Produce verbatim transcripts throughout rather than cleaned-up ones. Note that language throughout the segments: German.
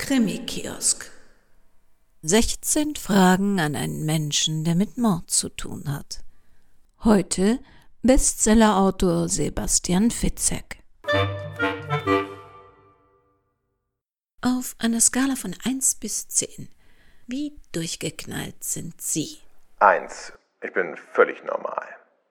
Krimi-Kiosk. sechzehn Fragen an einen Menschen, der mit Mord zu tun hat. Heute Bestsellerautor Sebastian Fitzek. Auf einer Skala von eins bis zehn. Wie durchgeknallt sind Sie? Eins. Ich bin völlig normal.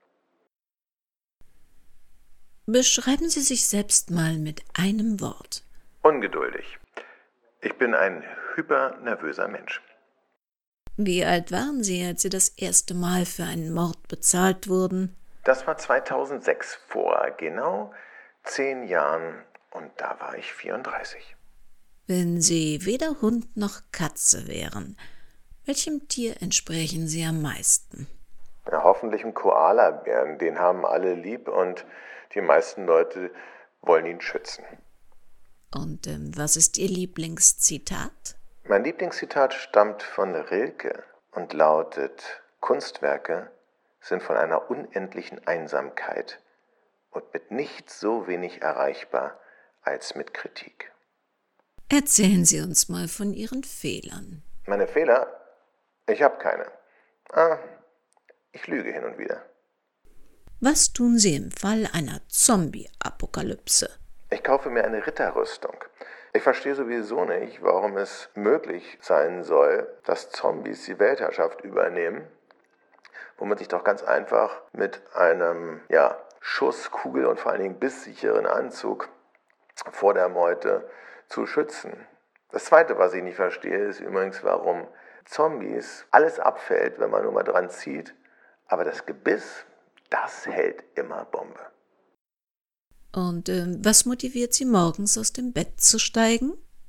Beschreiben Sie sich selbst mal mit einem Wort. Ungeduldig. Ich bin ein hypernervöser Mensch. Wie alt waren Sie, als Sie das erste Mal für einen Mord bezahlt wurden? Das war zweitausendsechs, vor genau zehn Jahren, und da war ich vierunddreißig. Wenn Sie weder Hund noch Katze wären, welchem Tier entsprechen Sie am meisten? Ja, hoffentlich ein Koalabären, den haben alle lieb und die meisten Leute wollen ihn schützen. Und ähm, was ist Ihr Lieblingszitat? Mein Lieblingszitat stammt von Rilke und lautet: Kunstwerke sind von einer unendlichen Einsamkeit und mit nichts so wenig erreichbar als mit Kritik. Erzählen Sie uns mal von Ihren Fehlern. Meine Fehler? Ich habe keine. Ah, ich lüge hin und wieder. Was tun Sie im Fall einer Zombie-Apokalypse? Ich kaufe mir eine Ritterrüstung. Ich verstehe sowieso nicht, warum es möglich sein soll, dass Zombies die Weltherrschaft übernehmen, wo man sich doch ganz einfach mit einem ja, Schuss-, Kugel- und vor allen Dingen bisssicheren Anzug vor der Meute zu schützen. Das Zweite, was ich nicht verstehe, ist übrigens, warum Zombies alles abfällt, wenn man nur mal dran zieht, aber das Gebiss, das hält immer Bombe. Und ähm, was motiviert Sie, morgens aus dem Bett zu steigen?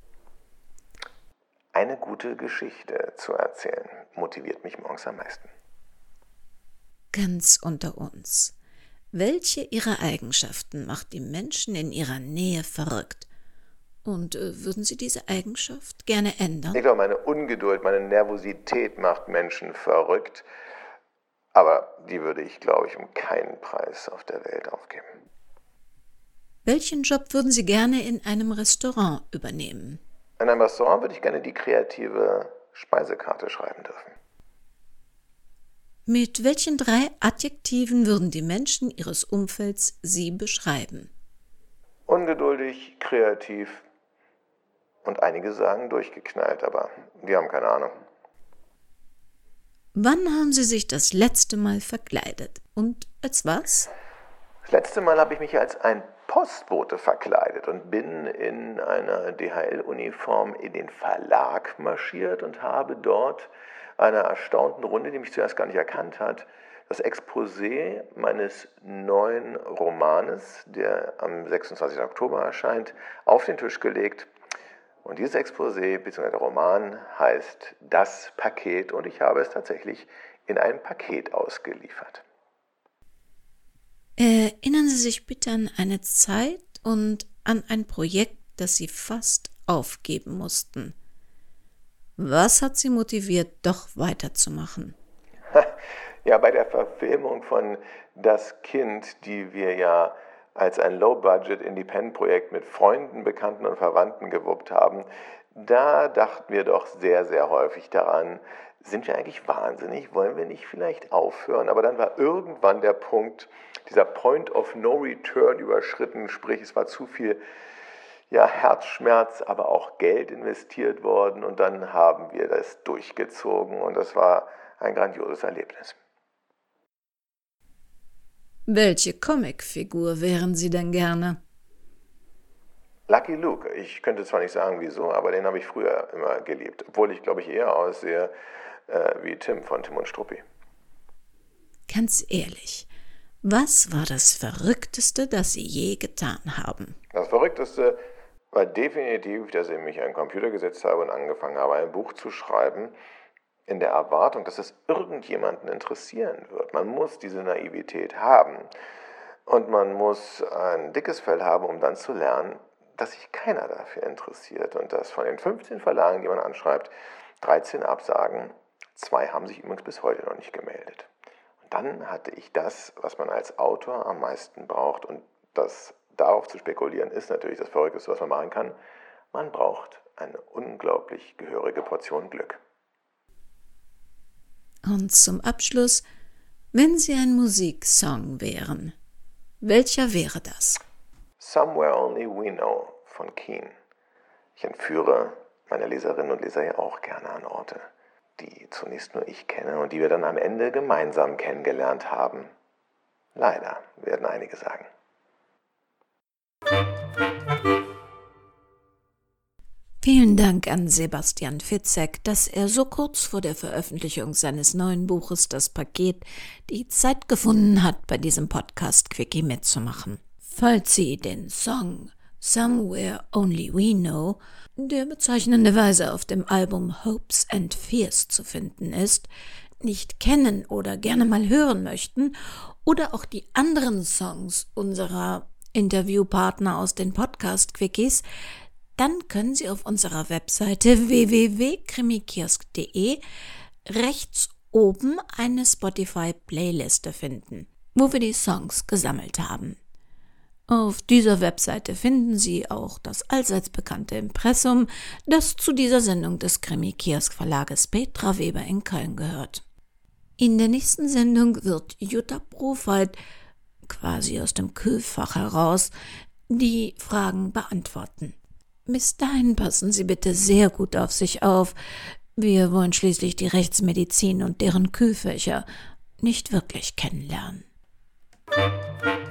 Eine gute Geschichte zu erzählen, motiviert mich morgens am meisten. Ganz unter uns. Welche Ihrer Eigenschaften macht die Menschen in Ihrer Nähe verrückt? Und äh, würden Sie diese Eigenschaft gerne ändern? Ich glaube, meine Ungeduld, meine Nervosität macht Menschen verrückt. Aber die würde ich, glaube ich, um keinen Preis auf der Welt aufgeben. Welchen Job würden Sie gerne in einem Restaurant übernehmen? In einem Restaurant würde ich gerne die kreative Speisekarte schreiben dürfen. Mit welchen drei Adjektiven würden die Menschen Ihres Umfelds Sie beschreiben? Ungeduldig, kreativ und einige sagen durchgeknallt, aber die haben keine Ahnung. Wann haben Sie sich das letzte Mal verkleidet? Und als was? Das letzte Mal habe ich mich als ein Postbote verkleidet und bin in einer D H L-Uniform in den Verlag marschiert und habe dort einer erstaunten Runde, die mich zuerst gar nicht erkannt hat, das Exposé meines neuen Romanes, der am sechsundzwanzigsten Oktober erscheint, auf den Tisch gelegt. Und dieses Exposé bzw. der Roman heißt Das Paket und ich habe es tatsächlich in einem Paket ausgeliefert. Erinnern Sie sich bitte an eine Zeit und an ein Projekt, das Sie fast aufgeben mussten. Was hat Sie motiviert, doch weiterzumachen? Ja, bei der Verfilmung von Das Kind, die wir ja als ein Low-Budget-Independent-Projekt mit Freunden, Bekannten und Verwandten gewuppt haben, da dachten wir doch sehr, sehr häufig daran, sind wir eigentlich wahnsinnig, wollen wir nicht vielleicht aufhören? Aber dann war irgendwann der Punkt, dieser Point of No Return überschritten, sprich es war zu viel ja, Herzschmerz, aber auch Geld investiert worden und dann haben wir das durchgezogen und das war ein grandioses Erlebnis. Welche Comicfigur wären Sie denn gerne? Lucky Luke. Ich könnte zwar nicht sagen wieso, aber den habe ich früher immer geliebt. Obwohl ich, glaube ich, eher aussehe äh, wie Tim von Tim und Struppi. Ganz ehrlich, was war das Verrückteste, das Sie je getan haben? Das Verrückteste war definitiv, dass ich mich an den Computer gesetzt habe und angefangen habe, ein Buch zu schreiben, in der Erwartung, dass es irgendjemanden interessieren wird. Man muss diese Naivität haben und man muss ein dickes Fell haben, um dann zu lernen, dass sich keiner dafür interessiert und dass von den fünfzehn Verlagen, die man anschreibt, dreizehn absagen. Zwei haben sich übrigens bis heute noch nicht gemeldet. Und dann hatte ich das, was man als Autor am meisten braucht und das darauf zu spekulieren ist natürlich das Verrückteste, was man machen kann, Man braucht eine unglaublich gehörige Portion Glück. Und zum Abschluss, wenn Sie ein Musiksong wären, welcher wäre das? Somewhere Only We Know von Keane. Ich entführe meine Leserinnen und Leser ja auch gerne an Orte, die zunächst nur ich kenne und die wir dann am Ende gemeinsam kennengelernt haben. Leider, werden einige sagen. Vielen Dank an Sebastian Fitzek, dass er so kurz vor der Veröffentlichung seines neuen Buches Das Paket die Zeit gefunden hat, bei diesem Podcast-Quickie mitzumachen. Falls Sie den Song Somewhere Only We Know, der bezeichnenderweise auf dem Album Hopes and Fears zu finden ist, nicht kennen oder gerne mal hören möchten oder auch die anderen Songs unserer Interviewpartner aus den Podcast-Quickies, dann können Sie auf unserer Webseite w w w punkt krimikiosk punkt de rechts oben eine Spotify-Playliste finden, wo wir die Songs gesammelt haben. Auf dieser Webseite finden Sie auch das allseits bekannte Impressum, das zu dieser Sendung des Krimi-Kiosk-Verlages Petra Weber in Köln gehört. In der nächsten Sendung wird Jutta Profeit, quasi aus dem Kühlfach heraus, die Fragen beantworten. Bis dahin passen Sie bitte sehr gut auf sich auf. Wir wollen schließlich die Rechtsmedizin und deren Kühlfächer nicht wirklich kennenlernen.